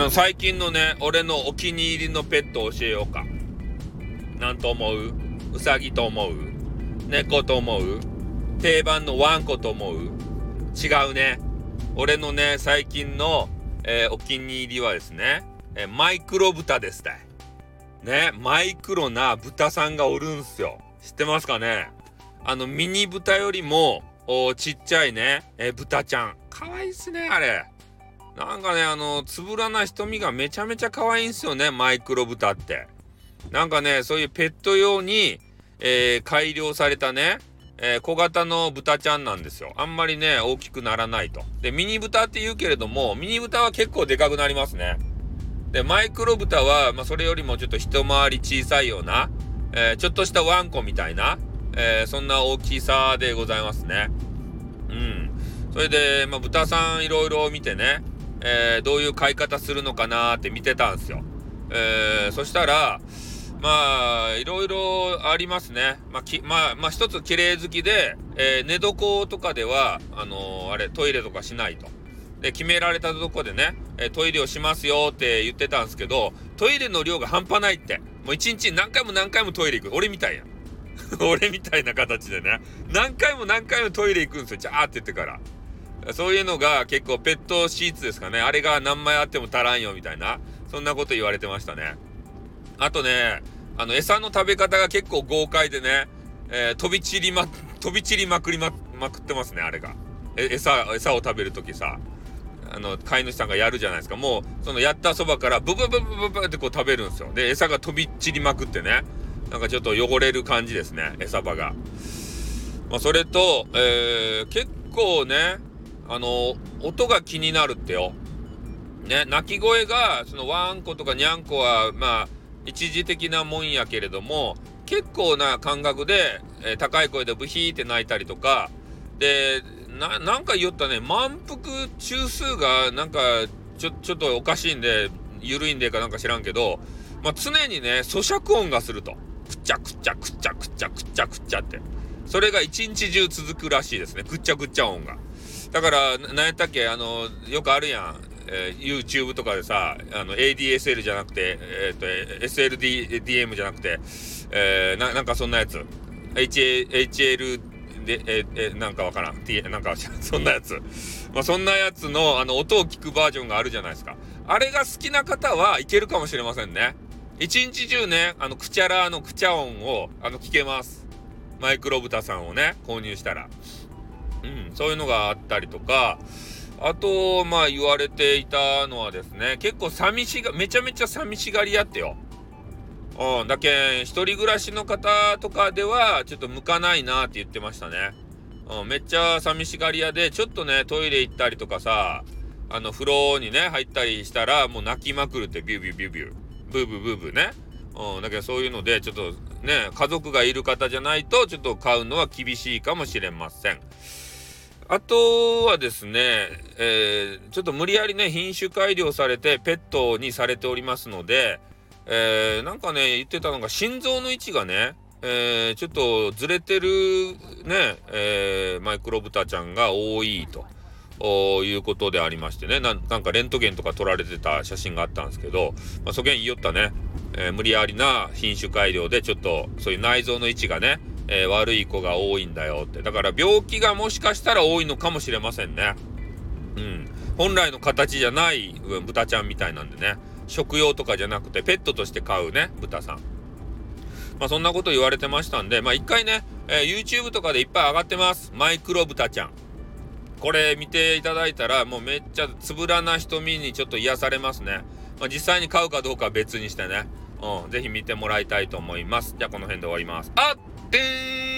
最近のね、俺のお気に入りのペットを教えようか。なんと思う？ウサギと思う？猫と思う？定番のワンコと思う？違うね。俺のね、最近の、お気に入りはですね、マイクロ豚ですたい。ね、マイクロな豚さんがおるんすよ。知ってますかね？ミニ豚よりもちっちゃいね、豚ちゃん。かわいいっすね、あれ。なんかね、つぶらな瞳がめちゃめちゃ可愛いんすよね、マイクロ豚って。なんかね、そういうペット用に、改良されたね、小型の豚ちゃんなんですよ。あんまりね、大きくならないと。で、ミニ豚って言うけれども、ミニ豚は結構でかくなりますね。で、マイクロ豚は、それよりもちょっと一回り小さいような、ちょっとしたワンコみたいな、そんな大きさでございますね。それで、豚さんいろいろ見てね、どういう飼い方するのかなーって見てたんですよ。そしたら、いろいろありますね。一つ綺麗好きで、寝床とかでは、トイレとかしないと。で、決められたとこでね、トイレをしますよって言ってたんですけど、トイレの量が半端ないって。もう一日何回も何回もトイレ行く。俺みたいやん。俺みたいな形でね。何回も何回もトイレ行くんですよ。ジャーって言ってから。そういうのが結構ペットシーツですかね。あれが何枚あっても足らんよみたいな。そんなこと言われてましたね。あとね、餌の食べ方が結構豪快でね、飛び散りまくってますね、あれが。餌を食べるときさ、飼い主さんがやるじゃないですか。もう、そのやったそばからブブブブブブってこう食べるんですよ。で、餌が飛び散りまくってね、なんかちょっと汚れる感じですね、餌場が。それと、結構ね、音が気になるってよ。ね、鳴き声が、そのワンコとかニャンコは、一時的なもんやけれども、結構な感覚で、高い声でブヒーって鳴いたりとか、で、なんか言ったね、満腹中枢が、なんか、ちょっとおかしいんで、緩いんでかなんか知らんけど、常にね、咀嚼音がすると。くっちゃくっちゃくっちゃくっちゃくっちゃくっちゃって。それが一日中続くらしいですね。ぐっちゃぐっちゃ音が。だから、何やったっけ、よくあるやん。YouTube とかでさ、ADSL じゃなくて、SLDM じゃなくて、なんかそんなやつ。HL で、なんかわからん。なんか、そんなやつ。そんなやつの、音を聞くバージョンがあるじゃないですか。あれが好きな方はいけるかもしれませんね。一日中ね、クチャラのクチャ音を、聞けます。マイクロ豚さんをね、購入したら。そういうのがあったりとか、あと、言われていたのはですね、結構めちゃめちゃ寂しがり屋ってよ。だけん、一人暮らしの方とかでは、ちょっと向かないなって言ってましたね。めっちゃ寂しがり屋で、ちょっとね、トイレ行ったりとかさ、風呂にね、入ったりしたら、もう泣きまくるって、ビュービュービュービュー。ブーブーブーブーね。だけどそういうので、ちょっとね、家族がいる方じゃないと、ちょっと買うのは厳しいかもしれません。あとはですね、ちょっと無理やりね、品種改良されてペットにされておりますので、なんかね、言ってたのが心臓の位置がね、ちょっとずれてるね、マイクロ豚ちゃんが多いということでありましてね、なんかレントゲンとか撮られてた写真があったんですけど、そげん言いよったね、無理やりな品種改良でちょっとそういう内臓の位置がね、悪い子が多いんだよって。だから病気がもしかしたら多いのかもしれませんね。本来の形じゃない豚ちゃんみたいなんでね。食用とかじゃなくてペットとして飼うね、豚さん。そんなこと言われてましたんで、一回ね、YouTube とかでいっぱい上がってます。マイクロ豚ちゃん。これ見ていただいたら、もうめっちゃつぶらな瞳にちょっと癒されますね。実際に飼うかどうかは別にしてね。ぜひ見てもらいたいと思います。じゃあこの辺で終わります。あってーん